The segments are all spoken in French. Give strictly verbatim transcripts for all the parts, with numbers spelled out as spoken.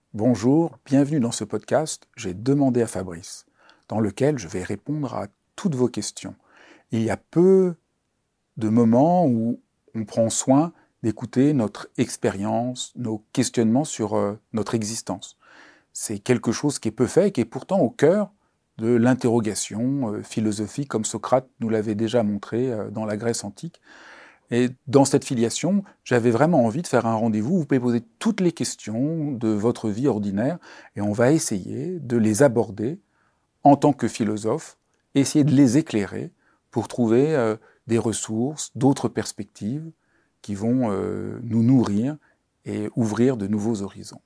Bonjour, bienvenue dans ce podcast « J'ai demandé à Fabrice », dans lequel je vais répondre à toutes vos questions. Il y a peu de moments où on prend soin d'écouter notre expérience, nos questionnements sur euh, notre existence. C'est quelque chose qui est peu fait et qui est pourtant au cœur de l'interrogation euh, philosophique, comme Socrate nous l'avait déjà montré euh, dans la Grèce antique. Et dans cette filiation, j'avais vraiment envie de faire un rendez-vous. Vous pouvez poser toutes les questions de votre vie ordinaire et on va essayer de les aborder en tant que philosophe, essayer de les éclairer pour trouver euh, des ressources, d'autres perspectives qui vont euh, nous nourrir et ouvrir de nouveaux horizons.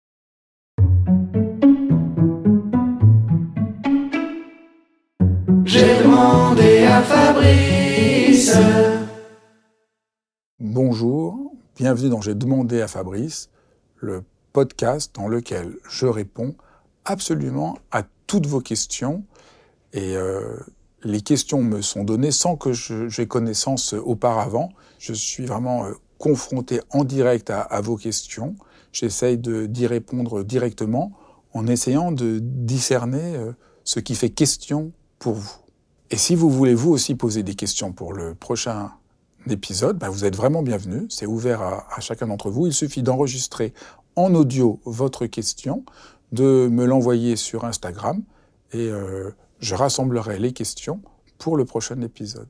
J'ai demandé à Fabrice. Bonjour, bienvenue dans J'ai demandé à Fabrice, le podcast dans lequel je réponds absolument à toutes vos questions. Et euh, les questions me sont données sans que je, j'aie connaissance auparavant. Je suis vraiment euh, confronté en direct à, à vos questions. J'essaye de, d'y répondre directement en essayant de discerner euh, ce qui fait question pour vous. Et si vous voulez vous aussi poser des questions pour le prochain épisode, ben vous êtes vraiment bienvenus. C'est ouvert à, à chacun d'entre vous. Il suffit d'enregistrer en audio votre question, de me l'envoyer sur Instagram et euh, je rassemblerai les questions pour le prochain épisode.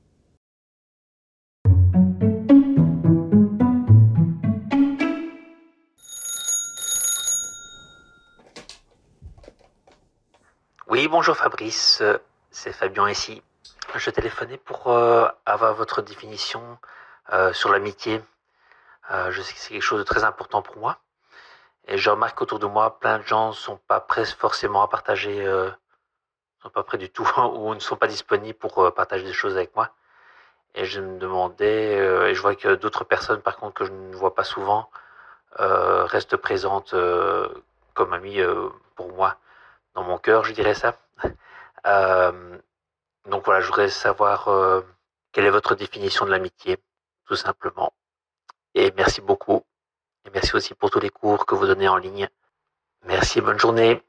Oui, bonjour Fabrice, euh, c'est Fabien ici. Je téléphonais pour euh, avoir votre définition euh, sur l'amitié. Euh, je sais que c'est quelque chose de très important pour moi. Et je remarque qu'autour de moi, plein de gens ne sont pas prêts forcément à partager, euh, sont pas prêts du tout, ou ne sont pas disponibles pour euh, partager des choses avec moi. Et je me demandais, euh, et je vois que d'autres personnes, par contre, que je ne vois pas souvent, euh, restent présentes euh, comme amies euh, pour moi, dans mon cœur, je dirais ça. Euh, Donc voilà, je voudrais savoir euh, quelle est votre définition de l'amitié, tout simplement. Et merci beaucoup. Et merci aussi pour tous les cours que vous donnez en ligne. Merci, bonne journée.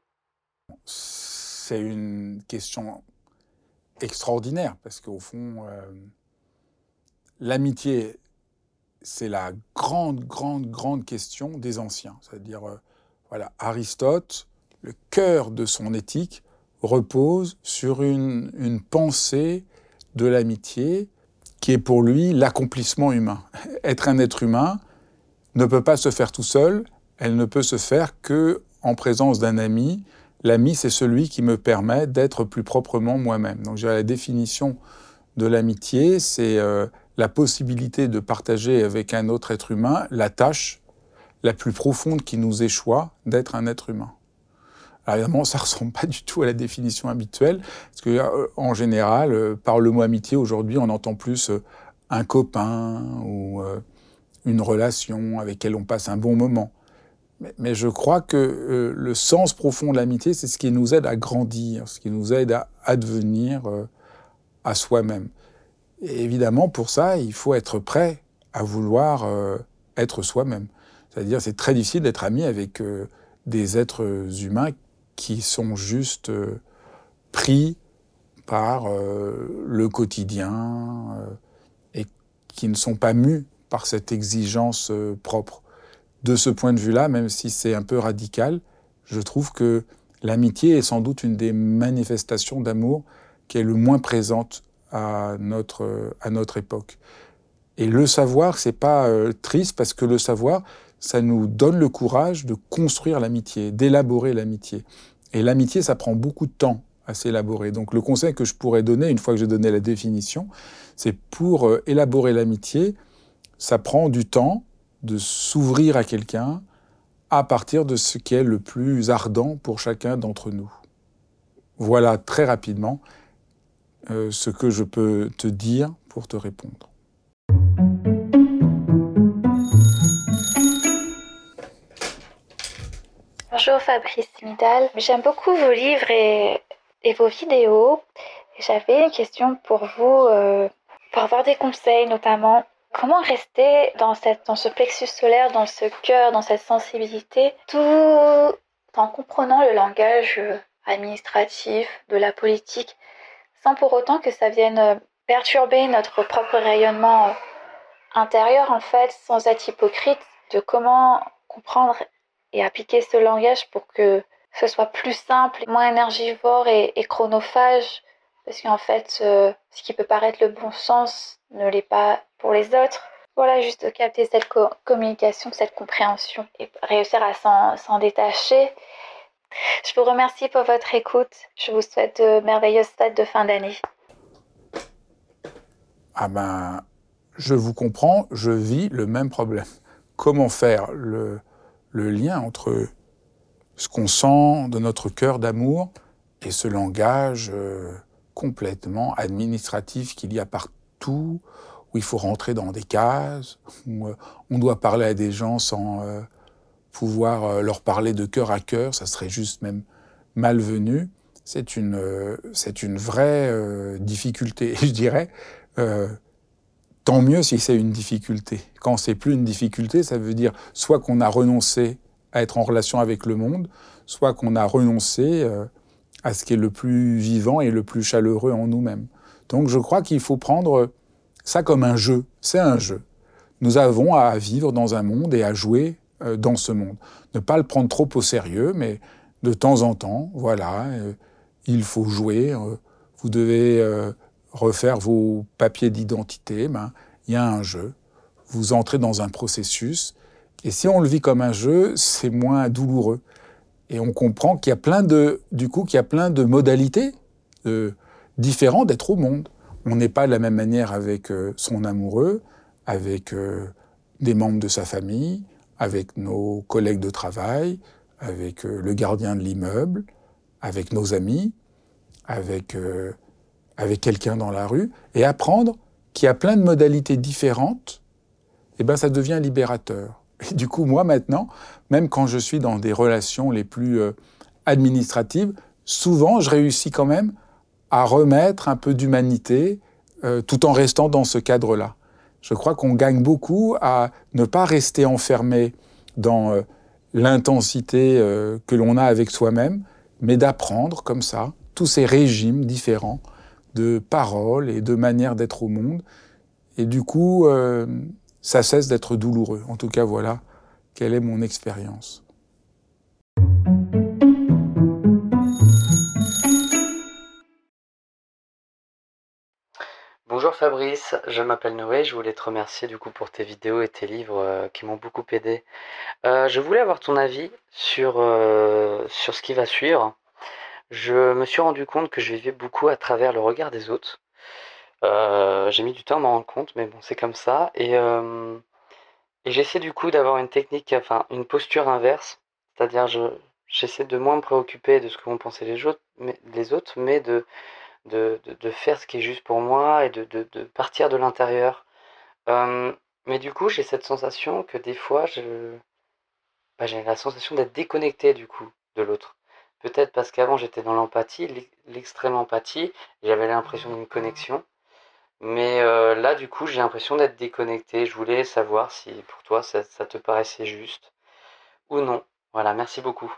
C'est une question extraordinaire parce qu'au fond, euh, l'amitié, c'est la grande, grande, grande question des anciens. C'est-à-dire, euh, voilà, Aristote, le cœur de son éthique repose sur une, une pensée de l'amitié qui est pour lui l'accomplissement humain. Être un être humain ne peut pas se faire tout seul, elle ne peut se faire que en présence d'un ami. L'ami, c'est celui qui me permet d'être plus proprement moi-même. Donc, je dirais la définition de l'amitié, c'est euh, la possibilité de partager avec un autre être humain la tâche la plus profonde qui nous échoit d'être un être humain. Alors évidemment, ça ne ressemble pas du tout à la définition habituelle, parce que euh, en général, euh, par le mot amitié, aujourd'hui, on entend plus euh, un copain ou euh, une relation avec laquelle on passe un bon moment. Mais, mais je crois que euh, le sens profond de l'amitié, c'est ce qui nous aide à grandir, ce qui nous aide à advenir euh, à soi-même. Et évidemment, pour ça, il faut être prêt à vouloir euh, être soi-même. C'est-à-dire, c'est très difficile d'être ami avec euh, des êtres humains qui sont juste euh, pris par euh, le quotidien euh, et qui ne sont pas mus par cette exigence euh, propre. De ce point de vue-là, même si c'est un peu radical, je trouve que l'amitié est sans doute une des manifestations d'amour qui est le moins présente à notre, à notre époque. Et le savoir, c'est pas euh, triste parce que le savoir, ça nous donne le courage de construire l'amitié, d'élaborer l'amitié. Et l'amitié, ça prend beaucoup de temps à s'élaborer. Donc le conseil que je pourrais donner, une fois que j'ai donné la définition, c'est pour euh, élaborer l'amitié, ça prend du temps de s'ouvrir à quelqu'un à partir de ce qui est le plus ardent pour chacun d'entre nous. Voilà très rapidement euh, ce que je peux te dire pour te répondre. Bonjour Fabrice Midal, j'aime beaucoup vos livres et, et vos vidéos. J'avais une question pour vous, euh, pour avoir des conseils notamment Comment rester dans, cette, dans ce plexus solaire, dans ce cœur, dans cette sensibilité, tout en comprenant le langage administratif, de la politique, sans pour autant que ça vienne perturber notre propre rayonnement intérieur, en fait, sans être hypocrite, de comment comprendre et appliquer ce langage pour que ce soit plus simple, moins énergivore et, et chronophage, parce qu'en fait, euh, ce qui peut paraître le bon sens ne l'est pas pour les autres. Voilà, juste capter cette co- communication, cette compréhension et réussir à s'en, s'en détacher. Je vous remercie pour votre écoute. Je vous souhaite de merveilleuses fêtes de fin d'année. Ah ben, je vous comprends, je vis le même problème. Comment faire le, le lien entre ce qu'on sent de notre cœur d'amour et ce langage euh, complètement administratif qu'il y a partout, où il faut rentrer dans des cases, où euh, on doit parler à des gens sans euh, pouvoir euh, leur parler de cœur à cœur, ça serait juste même malvenu. C'est une, euh, c'est une vraie euh, difficulté, je dirais. Euh, tant mieux si c'est une difficulté. Quand c'est plus une difficulté, ça veut dire soit qu'on a renoncé à être en relation avec le monde, soit qu'on a renoncé euh, à ce qui est le plus vivant et le plus chaleureux en nous-mêmes. Donc je crois qu'il faut prendre ça comme un jeu. C'est un jeu. Nous avons à vivre dans un monde et à jouer euh, dans ce monde. Ne pas le prendre trop au sérieux, mais de temps en temps, voilà, euh, il faut jouer. Euh, vous devez euh, refaire vos papiers d'identité, ben, il y a un jeu. Vous entrez dans un processus. Et si on le vit comme un jeu, c'est moins douloureux. Et on comprend qu'il y a plein de, du coup, qu'il y a plein de modalités euh, différentes d'être au monde. On n'est pas de la même manière avec euh, son amoureux, avec euh, des membres de sa famille, avec nos collègues de travail, avec euh, le gardien de l'immeuble, avec nos amis, avec, euh, avec quelqu'un dans la rue. Et apprendre qu'il y a plein de modalités différentes, eh ben, ça devient libérateur. Et du coup, moi, maintenant, même quand je suis dans des relations les plus euh, administratives, souvent, je réussis quand même à remettre un peu d'humanité euh, tout en restant dans ce cadre-là. Je crois qu'on gagne beaucoup à ne pas rester enfermé dans euh, l'intensité euh, que l'on a avec soi-même, mais d'apprendre comme ça tous ces régimes différents de paroles et de manières d'être au monde. Et du coup, euh, ça cesse d'être douloureux. En tout cas, voilà quelle est mon expérience. Bonjour Fabrice, je m'appelle Noé, je voulais te remercier du coup pour tes vidéos et tes livres euh, qui m'ont beaucoup aidé. Euh, je voulais avoir ton avis sur, euh, sur ce qui va suivre. Je me suis rendu compte que je vivais beaucoup à travers le regard des autres. Euh, j'ai mis du temps à m'en rendre compte, mais bon, c'est comme ça. Et, euh, et j'essaie du coup d'avoir une technique, enfin une posture inverse, c'est-à-dire je, j'essaie de moins me préoccuper de ce que vont penser les autres, mais, les autres, mais de de, de, de faire ce qui est juste pour moi et de, de, de partir de l'intérieur. Euh, mais du coup, j'ai cette sensation que des fois, je, bah, j'ai la sensation d'être déconnecté du coup de l'autre. Peut-être parce qu'avant j'étais dans l'empathie, l'extrême empathie, j'avais l'impression d'une connexion. Mais euh, là, du coup, j'ai l'impression d'être déconnecté. Je voulais savoir si pour toi ça, ça te paraissait juste ou non. Voilà, merci beaucoup.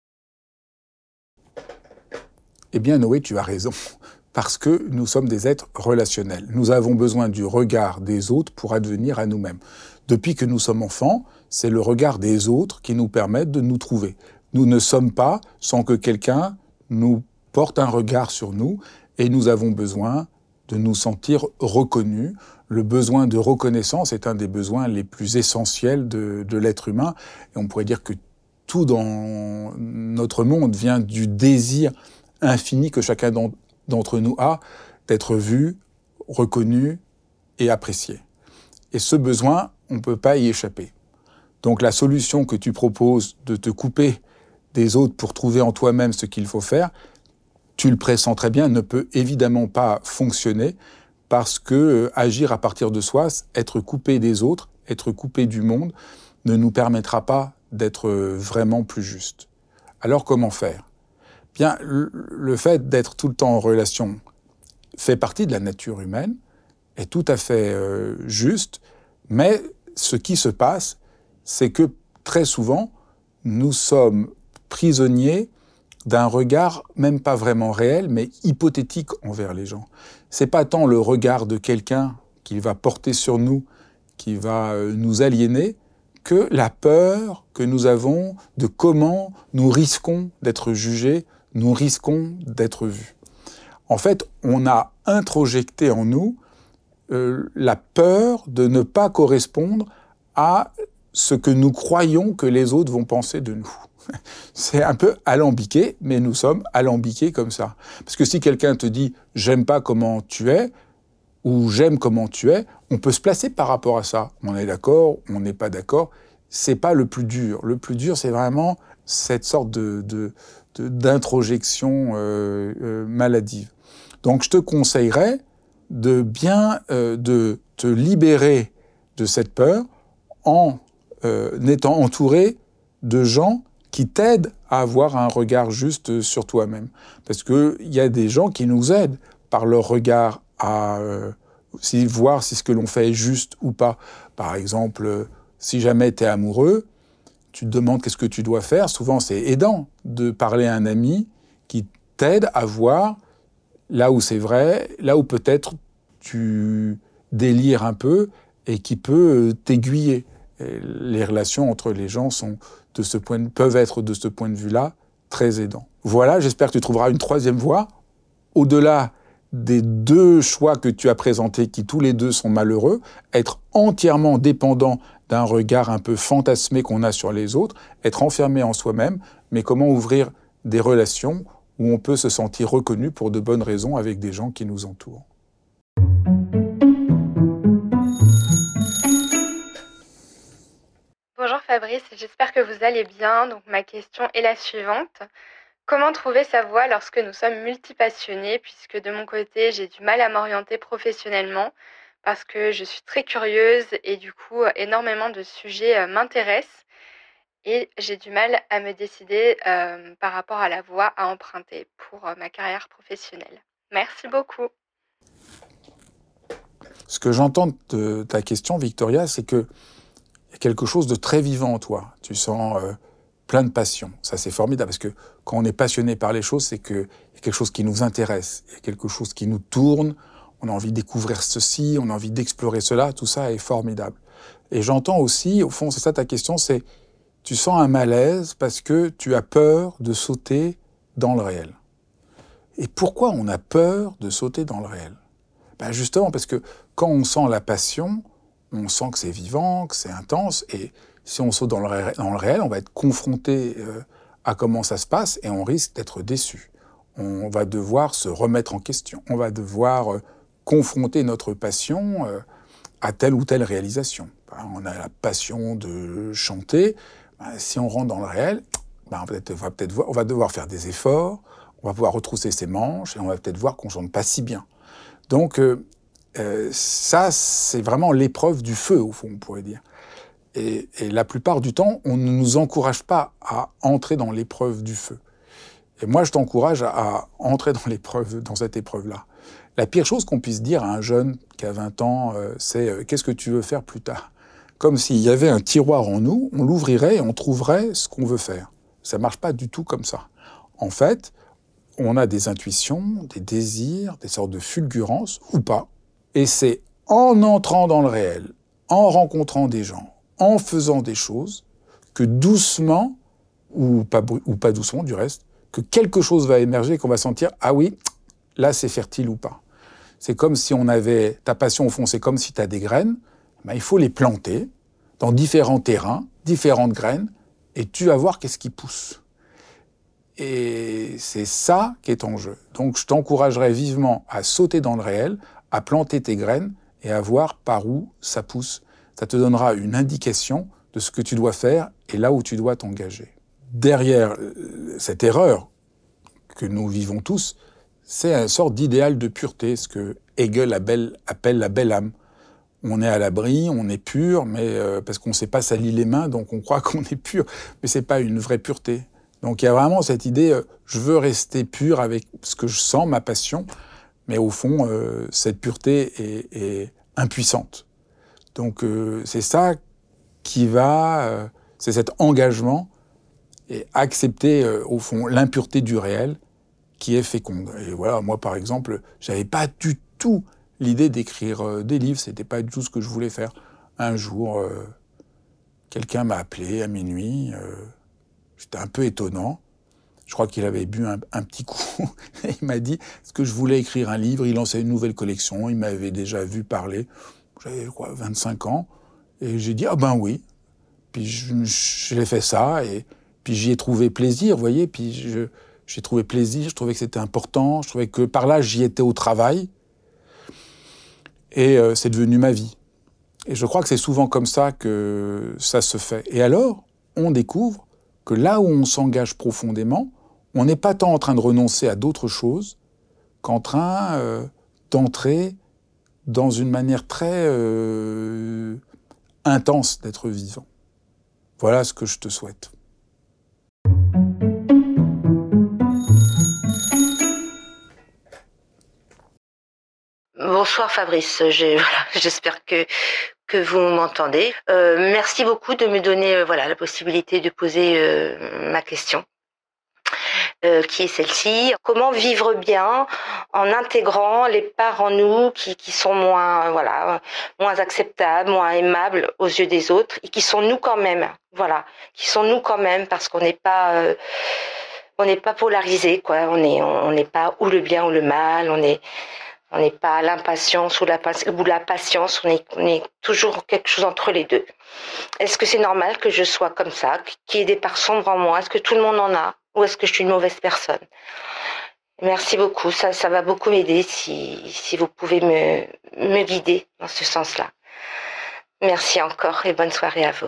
Eh bien, Noé, tu as raison. Parce que nous sommes des êtres relationnels. Nous avons besoin du regard des autres pour advenir à nous-mêmes. Depuis que nous sommes enfants, c'est le regard des autres qui nous permet de nous trouver. Nous ne sommes pas sans que quelqu'un nous porte un regard sur nous et nous avons besoin de nous sentir reconnus. Le besoin de reconnaissance est un des besoins les plus essentiels de, de l'être humain. Et on pourrait dire que tout dans notre monde vient du désir infini que chacun d'entre nous a d'être vu, reconnu et apprécié. Et ce besoin, on ne peut pas y échapper. Donc la solution que tu proposes de te couper des autres pour trouver en toi-même ce qu'il faut faire, tu le pressens très bien, ne peut évidemment pas fonctionner parce que euh, agir à partir de soi, être coupé des autres, être coupé du monde, ne nous permettra pas d'être vraiment plus juste. Alors comment faire ? Bien, le fait d'être tout le temps en relation fait partie de la nature humaine, est tout à fait euh, juste, Mais ce qui se passe, c'est que très souvent, nous sommes prisonniers d'un regard même pas vraiment réel, mais hypothétique envers les gens. C'est pas tant le regard de quelqu'un qui va porter sur nous, qui va nous aliéner, que la peur que nous avons de comment nous risquons d'être jugés, nous risquons d'être vus. En fait, on a introjecté en nous euh, la peur de ne pas correspondre à ce que nous croyons que les autres vont penser de nous. C'est un peu alambiqué, mais nous sommes alambiqués comme ça. Parce que si quelqu'un te dit « j'aime pas comment tu es » ou « j'aime comment tu es », on peut se placer par rapport à ça. On est d'accord, on n'est pas d'accord. C'est pas le plus dur. Le plus dur, c'est vraiment cette sorte de, de, de, d'introjection euh, euh, maladive. Donc je te conseillerais de bien euh, de te libérer de cette peur en euh, étant entouré de gens qui t'aident à avoir un regard juste sur toi-même. Parce qu'il y a des gens qui nous aident par leur regard à euh, si, voir si ce que l'on fait est juste ou pas. Par exemple, euh, si jamais tu es amoureux, tu te demandes qu'est-ce que tu dois faire. Souvent, c'est aidant de parler à un ami qui t'aide à voir là où c'est vrai, là où peut-être tu délires un peu et qui peut t'aiguiller. Et les relations entre les gens sont de ce point de, peuvent être de ce point de vue-là très aidants. Voilà, j'espère que tu trouveras une troisième voie. Au-delà des deux choix que tu as présentés, qui tous les deux sont malheureux, être entièrement dépendant d'un regard un peu fantasmé qu'on a sur les autres, être enfermé en soi-même, mais comment ouvrir des relations où on peut se sentir reconnu pour de bonnes raisons avec des gens qui nous entourent. Bonjour Fabrice, j'espère que vous allez bien. Donc ma question est la suivante. Comment trouver sa voie lorsque nous sommes multipassionnés, puisque de mon côté, j'ai du mal à m'orienter professionnellement parce que je suis très curieuse et du coup, énormément de sujets m'intéressent et j'ai du mal à me décider euh, par rapport à la voie à emprunter pour euh, ma carrière professionnelle. Merci beaucoup. Ce que j'entends de ta question, Victoria, c'est que il y a quelque chose de très vivant en toi. Tu sens euh, plein de passion. Ça, c'est formidable, parce que quand on est passionné par les choses, c'est qu'il y a quelque chose qui nous intéresse, il y a quelque chose qui nous tourne, on a envie de découvrir ceci, on a envie d'explorer cela, tout ça est formidable. Et j'entends aussi, au fond, c'est ça ta question, c'est tu sens un malaise parce que tu as peur de sauter dans le réel. Et pourquoi on a peur de sauter dans le réel ? Ben justement parce que quand on sent la passion, on sent que c'est vivant, que c'est intense, et si on saute dans le, ré- dans le réel, on va être confronté euh, à comment ça se passe et on risque d'être déçu. On va devoir se remettre en question, on va devoir euh, confronter notre passion euh, à telle ou telle réalisation. Ben, on a la passion de chanter, ben, si on rentre dans le réel, ben, on, va peut-être, on, va peut-être voir, on va devoir faire des efforts, on va pouvoir retrousser ses manches et on va peut-être voir qu'on ne chante pas si bien. Donc, euh, Euh, ça, c'est vraiment l'épreuve du feu, au fond, on pourrait dire. Et, et la plupart du temps, on ne nous encourage pas à entrer dans l'épreuve du feu. Et moi, je t'encourage à, à entrer dans l'épreuve, dans cette épreuve-là. La pire chose qu'on puisse dire à un jeune qui a vingt ans, euh, c'est euh, « qu'est-ce que tu veux faire plus tard ?» Comme s'il y avait un tiroir en nous, on l'ouvrirait et on trouverait ce qu'on veut faire. Ça ne marche pas du tout comme ça. En fait, on a des intuitions, des désirs, des sortes de fulgurances, ou pas. Et c'est en entrant dans le réel, en rencontrant des gens, en faisant des choses, que doucement, ou pas, ou pas doucement du reste, que quelque chose va émerger, qu'on va sentir « ah oui, là c'est fertile ou pas ». C'est comme si on avait, ta passion au fond, c'est comme si tu as des graines, ben, il faut les planter dans différents terrains, différentes graines, et tu vas voir qu'est-ce qui pousse. Et c'est ça qui est en jeu. Donc je t'encouragerais vivement à sauter dans le réel, à planter tes graines et à voir par où ça pousse. Ça te donnera une indication de ce que tu dois faire et là où tu dois t'engager. Derrière cette erreur que nous vivons tous, c'est une sorte d'idéal de pureté, ce que Hegel appelle la belle âme. On est à l'abri, on est pur, mais euh, parce qu'on ne s'est pas sali les mains, donc on croit qu'on est pur, mais c'est pas une vraie pureté. Donc il y a vraiment cette idée, euh, je veux rester pur avec ce que je sens, ma passion, mais au fond, euh, cette pureté est, est impuissante. Donc euh, c'est ça qui va, euh, c'est cet engagement et accepter euh, au fond l'impureté du réel qui est féconde. Et voilà, moi par exemple, j'avais pas du tout l'idée d'écrire euh, des livres, c'était pas du tout ce que je voulais faire. Un jour, euh, quelqu'un m'a appelé à minuit, euh, c'était un peu étonnant. Je crois qu'il avait bu un, un petit coup. Il m'a dit est-ce que je voulais écrire un livre. Il lançait une nouvelle collection. Il m'avait déjà vu parler. J'avais quoi, vingt-cinq ans. Et j'ai dit ah ben oui. Puis je, j'ai fait ça et puis j'y ai trouvé plaisir, vous voyez. Puis je, j'ai trouvé plaisir. Je trouvais que c'était important. Je trouvais que par là j'y étais au travail. Et euh, c'est devenu ma vie. Et je crois que c'est souvent comme ça que ça se fait. Et alors, on découvre que là où on s'engage profondément, on n'est pas tant en train de renoncer à d'autres choses qu'en train euh, d'entrer dans une manière très euh, intense d'être vivant. Voilà ce que je te souhaite. Bonsoir Fabrice, J'ai, voilà, j'espère que que vous m'entendez. Euh, merci beaucoup de me donner euh, voilà la possibilité de poser euh, ma question. Euh, qui est celle-ci. Comment vivre bien en intégrant les parts en nous qui, qui sont moins, voilà, moins acceptables, moins aimables aux yeux des autres et qui sont nous quand même, voilà, qui sont nous quand même parce qu'on n'est pas, euh, on n'est pas polarisé, quoi. On est, on n'est pas ou le bien ou le mal. On est, on n'est pas l'impatience ou la, ou la patience. On est, on est toujours quelque chose entre les deux. Est-ce que c'est normal que je sois comme ça, qu'il y ait des parts sombres en moi? Est-ce que tout le monde en a? Ou est-ce que je suis une mauvaise personne? Merci beaucoup, ça, ça va beaucoup m'aider si, si vous pouvez me, me guider dans ce sens-là. Merci encore et bonne soirée à vous.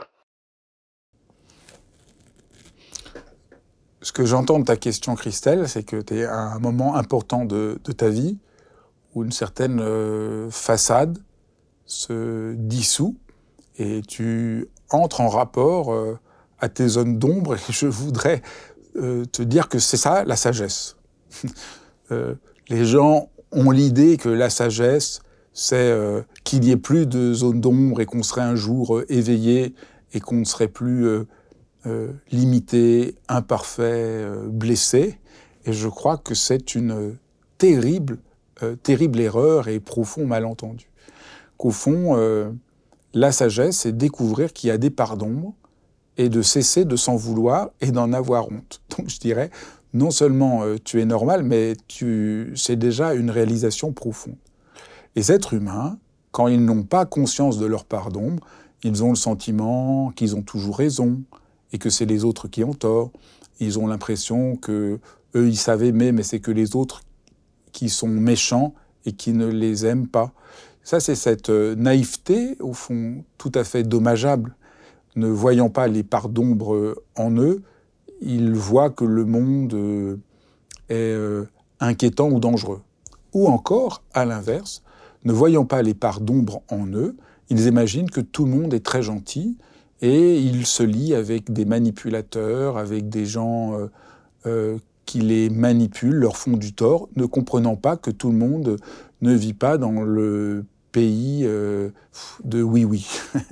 Ce que j'entends de ta question, Christelle, c'est que tu es à un moment important de, de ta vie où une certaine euh, façade se dissout et tu entres en rapport euh, à tes zones d'ombre et je voudrais Euh, te dire que c'est ça, la sagesse. euh, les gens ont l'idée que la sagesse, c'est euh, qu'il n'y ait plus de zone d'ombre et qu'on serait un jour euh, éveillé et qu'on ne serait plus euh, euh, limité, imparfait, euh, blessé. Et je crois que c'est une terrible, euh, terrible erreur et profond malentendu. Qu'au fond, euh, la sagesse, c'est découvrir qu'il y a des parts d'ombre et de cesser de s'en vouloir et d'en avoir honte. Donc je dirais, non seulement euh, tu es normal, mais tu, c'est déjà une réalisation profonde. Les êtres humains, quand ils n'ont pas conscience de leur part d'ombre, ils ont le sentiment qu'ils ont toujours raison et que c'est les autres qui ont tort. Ils ont l'impression que eux ils savent aimer, mais c'est que les autres qui sont méchants et qui ne les aiment pas. Ça, c'est cette naïveté, au fond, tout à fait dommageable. Ne voyant pas les parts d'ombre en eux, ils voient que le monde est inquiétant ou dangereux. Ou encore, à l'inverse, ne voyant pas les parts d'ombre en eux, ils imaginent que tout le monde est très gentil et ils se lient avec des manipulateurs, avec des gens euh, euh, qui les manipulent, leur font du tort, ne comprenant pas que tout le monde ne vit pas dans le pays euh, de oui-oui.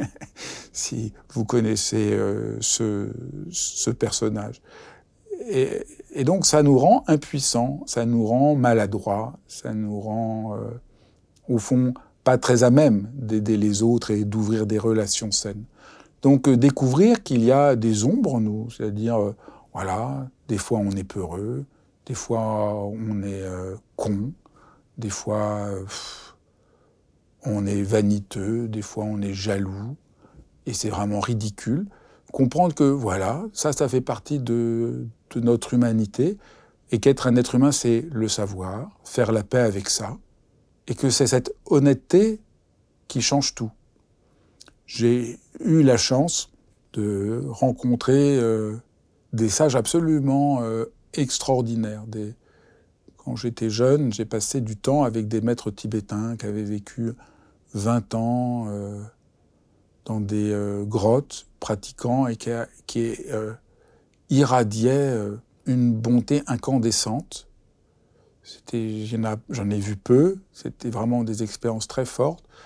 Si vous connaissez euh, ce, ce personnage. Et, et donc ça nous rend impuissants, ça nous rend maladroits, ça nous rend, euh, au fond, pas très à même d'aider les autres et d'ouvrir des relations saines. Donc euh, découvrir qu'il y a des ombres en nous, c'est-à-dire, euh, voilà, des fois on est peureux, des fois on est euh, con, des fois euh, on est vaniteux, des fois on est jaloux, et c'est vraiment ridicule. Comprendre que, voilà, ça, ça fait partie de, de notre humanité, et qu'être un être humain, c'est le savoir, faire la paix avec ça, et que c'est cette honnêteté qui change tout. J'ai eu la chance de rencontrer euh, des sages absolument euh, extraordinaires. Des... Quand j'étais jeune, j'ai passé du temps avec des maîtres tibétains qui avaient vécu vingt ans euh, dans des euh, grottes, pratiquants, et qui, a, qui euh, irradiaient euh, une bonté incandescente. C'était, j'en ai vu peu, c'était vraiment des expériences très fortes,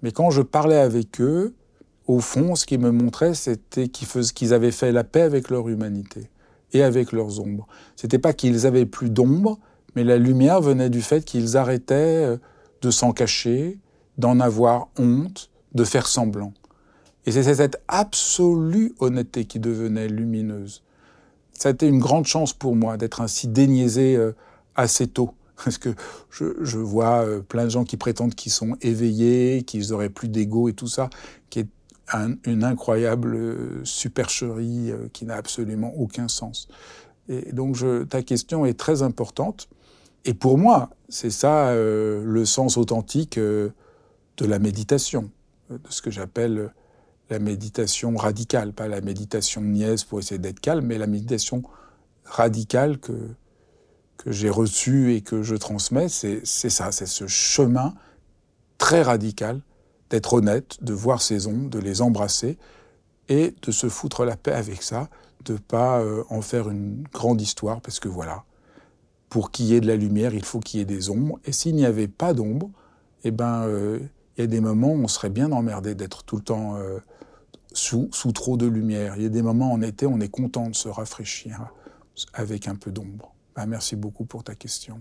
Mais quand je parlais avec eux, au fond, ce qu'ils me montraient, c'était qu'ils faisaient, qu'ils avaient fait la paix avec leur humanité et avec leurs ombres. C'était pas qu'ils avaient plus d'ombre, mais la lumière venait du fait qu'ils arrêtaient de s'en cacher, d'en avoir honte, de faire semblant. Et c'est cette absolue honnêteté qui devenait lumineuse. Ça a été une grande chance pour moi d'être ainsi déniaisé assez tôt. Parce que je, je vois plein de gens qui prétendent qu'ils sont éveillés, qu'ils auraient plus d'ego et tout ça, qui est un, une incroyable supercherie qui n'a absolument aucun sens. Et donc je, ta question est très importante. Et pour moi, c'est ça euh, le sens authentique euh, de la méditation, de ce que j'appelle la méditation radicale, pas la méditation niaise pour essayer d'être calme, mais la méditation radicale que, que j'ai reçue et que je transmets, c'est, c'est ça, c'est ce chemin très radical d'être honnête, de voir ses ombres, de les embrasser et de se foutre la paix avec ça, de ne pas euh, en faire une grande histoire, parce que voilà, pour qu'il y ait de la lumière, il faut qu'il y ait des ombres, et s'il n'y avait pas d'ombre, eh ben, euh, il y a des moments où on serait bien emmerdé d'être tout le temps euh, sous, sous trop de lumière. Il y a des moments en été, on est content de se rafraîchir avec un peu d'ombre. Ben, merci beaucoup pour ta question.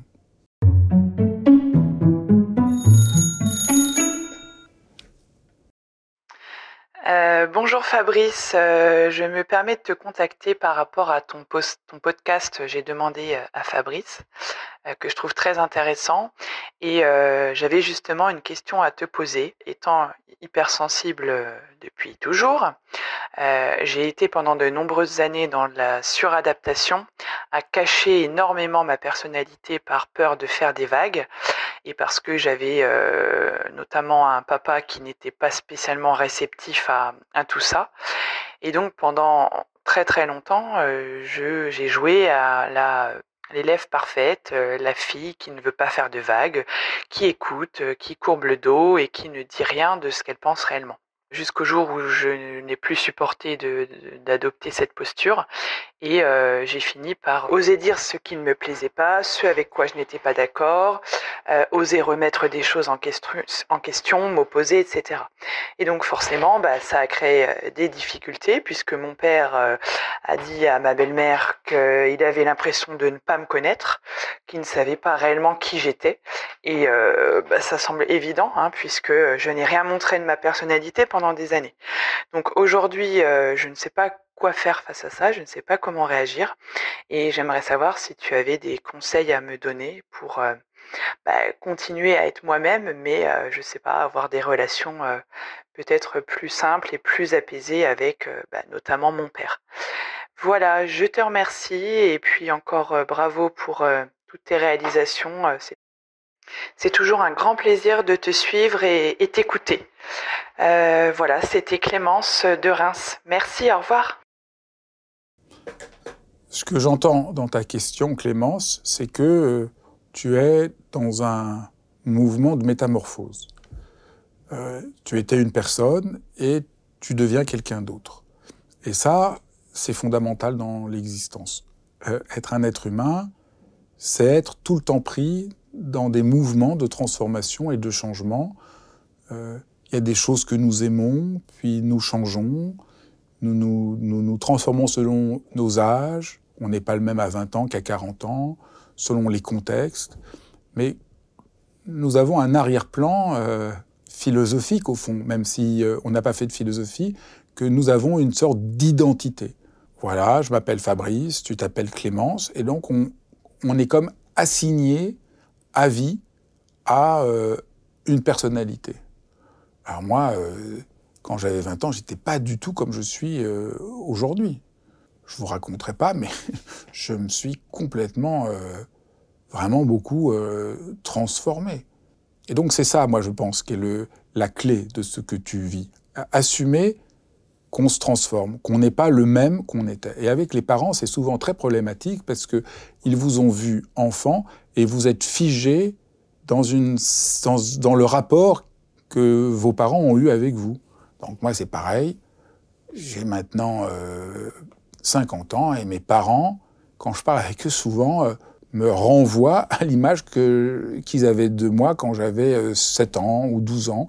Euh, bonjour Fabrice, euh, je me permets de te contacter par rapport à ton, post, ton podcast J'ai demandé à Fabrice, euh, que je trouve très intéressant. Et euh, j'avais justement une question à te poser. Étant hypersensible depuis toujours, euh, j'ai été pendant de nombreuses années dans la suradaptation, à cacher énormément ma personnalité par peur de faire des vagues. Et parce que j'avais euh, notamment un papa qui n'était pas spécialement réceptif à, à tout ça. Et donc pendant très très longtemps, euh, je, j'ai joué à la, l'élève parfaite, euh, la fille qui ne veut pas faire de vagues, qui écoute, euh, qui courbe le dos et qui ne dit rien de ce qu'elle pense réellement. Jusqu'au jour où je n'ai plus supporté de, de, d'adopter cette posture. Et euh, j'ai fini par oser dire ce qui ne me plaisait pas, ce avec quoi je n'étais pas d'accord, euh, oser remettre des choses en question, en question, m'opposer, et cetera. Et donc forcément, bah, ça a créé des difficultés, puisque mon père euh, a dit à ma belle-mère qu'il avait l'impression de ne pas me connaître, qu'il ne savait pas réellement qui j'étais. Et euh, bah, ça semble évident, hein, puisque je n'ai rien montré de ma personnalité pendant des années. Donc aujourd'hui, euh, je ne sais pas quoi faire face à ça, je ne sais pas comment réagir, et j'aimerais savoir si tu avais des conseils à me donner pour euh, bah, continuer à être moi-même, mais euh, je ne sais pas, avoir des relations euh, peut-être plus simples et plus apaisées avec euh, bah, notamment mon père. Voilà, je te remercie, et puis encore euh, bravo pour euh, toutes tes réalisations. Euh, c'est, c'est toujours un grand plaisir de te suivre et, et t'écouter. Euh, voilà, c'était Clémence de Reims. Merci, au revoir. Ce que j'entends dans ta question, Clémence, c'est que euh, tu es dans un mouvement de métamorphose. Euh, tu étais une personne et tu deviens quelqu'un d'autre. Et ça, c'est fondamental dans l'existence. Euh, être un être humain, c'est être tout le temps pris dans des mouvements de transformation et de changement. Euh, il y a des choses que nous aimons, puis nous changeons, nous nous, nous, nous transformons selon nos âges. On n'est pas le même à vingt ans qu'à quarante ans, selon les contextes. Mais nous avons un arrière-plan euh, philosophique, au fond, même si euh, on n'a pas fait de philosophie, que nous avons une sorte d'identité. Voilà, je m'appelle Fabrice, tu t'appelles Clémence, et donc on, on est comme assigné à vie à euh, une personnalité. Alors moi, euh, quand j'avais vingt ans, j'étais pas du tout comme je suis euh, aujourd'hui. Je vous raconterai pas, mais je me suis complètement, euh, vraiment beaucoup euh, transformé. Et donc c'est ça, moi je pense, qui est le, la clé de ce que tu vis. Assumer qu'on se transforme, qu'on n'est pas le même qu'on était. Et avec les parents, c'est souvent très problématique parce que ils vous ont vu enfant et vous êtes figé dans, une, dans, dans le rapport que vos parents ont eu avec vous. Donc moi c'est pareil, j'ai maintenant euh, cinquante ans et mes parents, quand je parle avec eux souvent, euh, me renvoient à l'image que, qu'ils avaient de moi quand j'avais euh, sept ans ou douze ans.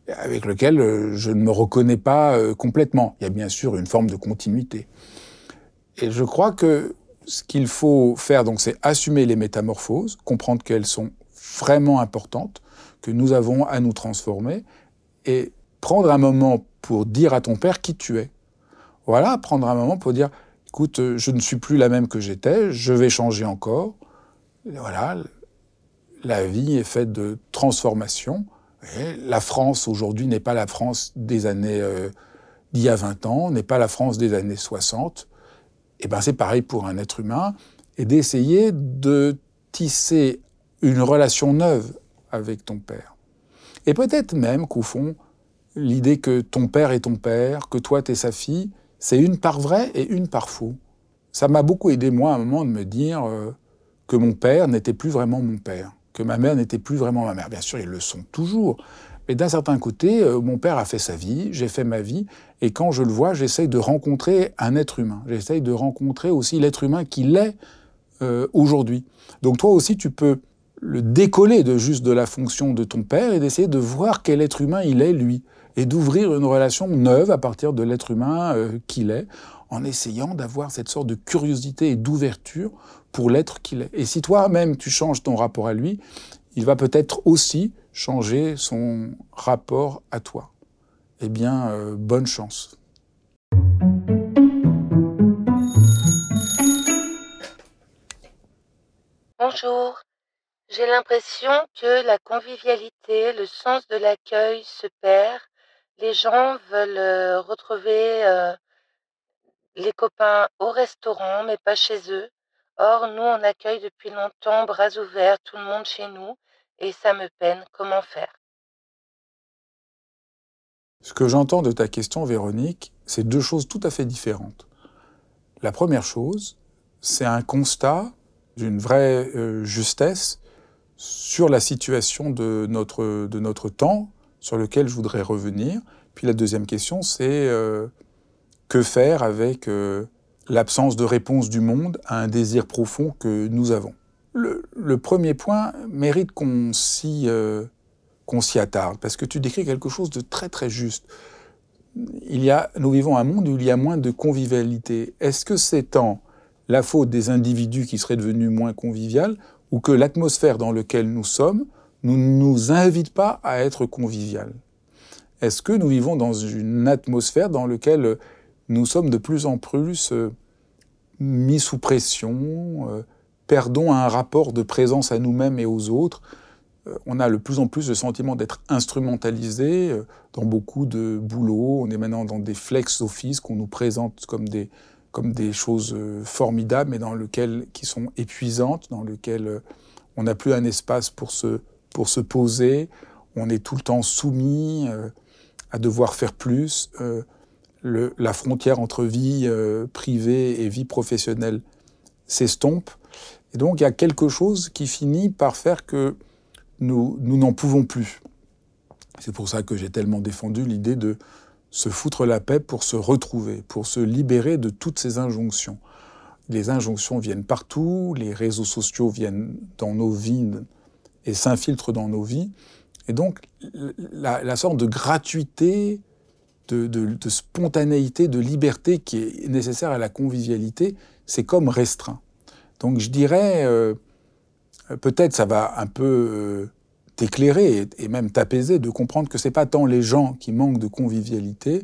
avec lequel euh, je ne me reconnais pas euh, complètement. Il y a bien sûr une forme de continuité. Et je crois que ce qu'il faut faire, donc, c'est assumer les métamorphoses, comprendre qu'elles sont vraiment importantes, que nous avons à nous transformer, et prendre un moment pour dire à ton père qui tu es. Voilà, prendre un moment pour dire, écoute, je ne suis plus la même que j'étais, je vais changer encore. Et voilà, la vie est faite de transformations. Et la France aujourd'hui n'est pas la France des années euh, d'il y a vingt ans, n'est pas la France des années soixante. Et ben c'est pareil pour un être humain, et d'essayer de tisser une relation neuve avec ton père. Et peut-être même qu'au fond, l'idée que ton père est ton père, que toi t'es sa fille, c'est une part vraie et une part faux. Ça m'a beaucoup aidé, moi, à un moment, de me dire euh, que mon père n'était plus vraiment mon père, que ma mère n'était plus vraiment ma mère. Bien sûr, ils le sont toujours. Mais d'un certain côté, euh, mon père a fait sa vie, j'ai fait ma vie, et quand je le vois, j'essaye de rencontrer un être humain. J'essaye de rencontrer aussi l'être humain qu'il est euh, aujourd'hui. Donc toi aussi, tu peux le décoller de juste de la fonction de ton père et d'essayer de voir quel être humain il est, lui, et d'ouvrir une relation neuve à partir de l'être humain euh, qu'il est, en essayant d'avoir cette sorte de curiosité et d'ouverture pour l'être qu'il est. Et si toi-même, tu changes ton rapport à lui, il va peut-être aussi changer son rapport à toi. Eh bien, euh, bonne chance. Bonjour. J'ai l'impression que la convivialité, le sens de l'accueil se perd. Les gens veulent euh, retrouver euh, les copains au restaurant, mais pas chez eux. Or, nous, on accueille depuis longtemps, bras ouverts, tout le monde chez nous, et ça me peine. Comment faire? Ce que j'entends de ta question, Véronique, c'est deux choses tout à fait différentes. La première chose, c'est un constat d'une vraie euh, justesse sur la situation de notre, de notre temps, sur lequel je voudrais revenir. Puis la deuxième question, c'est euh, que faire avec euh, l'absence de réponse du monde à un désir profond que nous avons. Le, le premier point mérite qu'on s'y, euh, qu'on s'y attarde, parce que tu décris quelque chose de très très juste. Il y a, nous vivons un monde où il y a moins de convivialité. Est-ce que c'est tant la faute des individus qui seraient devenus moins conviviales, ou que l'atmosphère dans laquelle nous sommes ne nous invite pas à être convivial? Est-ce que nous vivons dans une atmosphère dans laquelle nous sommes de plus en plus euh, mis sous pression, euh, perdons un rapport de présence à nous-mêmes et aux autres? euh, On a de plus en plus le sentiment d'être instrumentalisé euh, dans beaucoup de boulot. On est maintenant dans des flex office qu'on nous présente comme des, comme des choses euh, formidables, mais dans lesquelles, qui sont épuisantes, dans lesquelles euh, on n'a plus un espace pour se, pour se poser. On est tout le temps soumis euh, à devoir faire plus. Euh, Le, la frontière entre vie euh, privée et vie professionnelle s'estompe. Et donc, il y a quelque chose qui finit par faire que nous, nous n'en pouvons plus. C'est pour ça que j'ai tellement défendu l'idée de se foutre la paix pour se retrouver, pour se libérer de toutes ces injonctions. Les injonctions viennent partout, les réseaux sociaux viennent dans nos vies et s'infiltrent dans nos vies. Et donc, la, la sorte de gratuité, De, de, de spontanéité, de liberté qui est nécessaire à la convivialité, c'est comme restreint. Donc je dirais, euh, peut-être ça va un peu euh, t'éclairer et, et même t'apaiser de comprendre que c'est pas tant les gens qui manquent de convivialité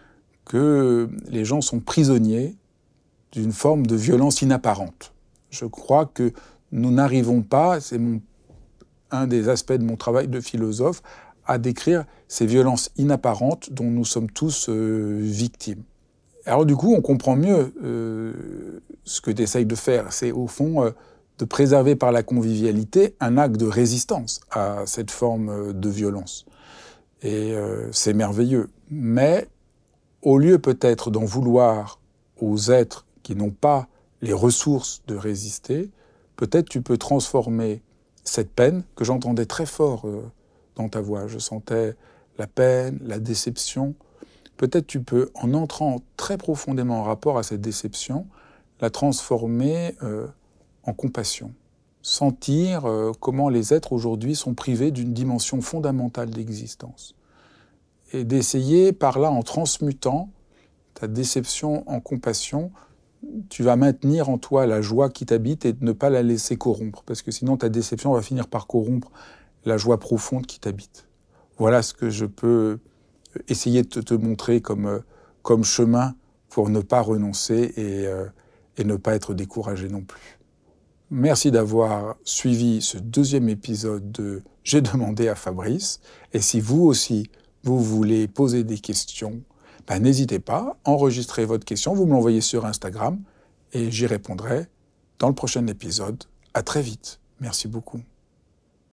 que les gens sont prisonniers d'une forme de violence inapparente. Je crois que nous n'arrivons pas, c'est mon, un des aspects de mon travail de philosophe, à décrire ces violences inapparentes dont nous sommes tous euh, victimes. Alors du coup, on comprend mieux euh, ce que tu essayes de faire. C'est au fond euh, de préserver par la convivialité un acte de résistance à cette forme euh, de violence. Et euh, c'est merveilleux. Mais au lieu peut-être d'en vouloir aux êtres qui n'ont pas les ressources de résister, peut-être tu peux transformer cette peine, que j'entendais très fort euh, dans ta voix. Je sentais la peine, la déception. Peut-être tu peux, en entrant très profondément en rapport à cette déception, la transformer euh, en compassion. Sentir euh, comment les êtres aujourd'hui sont privés d'une dimension fondamentale d'existence. et d'essayer par là, en transmutant ta déception en compassion, tu vas maintenir en toi la joie qui t'habite et de ne pas la laisser corrompre, parce que sinon ta déception va finir par corrompre la joie profonde qui t'habite. Voilà ce que je peux essayer de te, te montrer comme, comme chemin pour ne pas renoncer et, euh, et ne pas être découragé non plus. Merci d'avoir suivi ce deuxième épisode de « J'ai demandé à Fabrice ». Et si vous aussi, vous voulez poser des questions, ben, n'hésitez pas, enregistrez votre question, vous me l'envoyez sur Instagram et j'y répondrai dans le prochain épisode. À très vite. Merci beaucoup.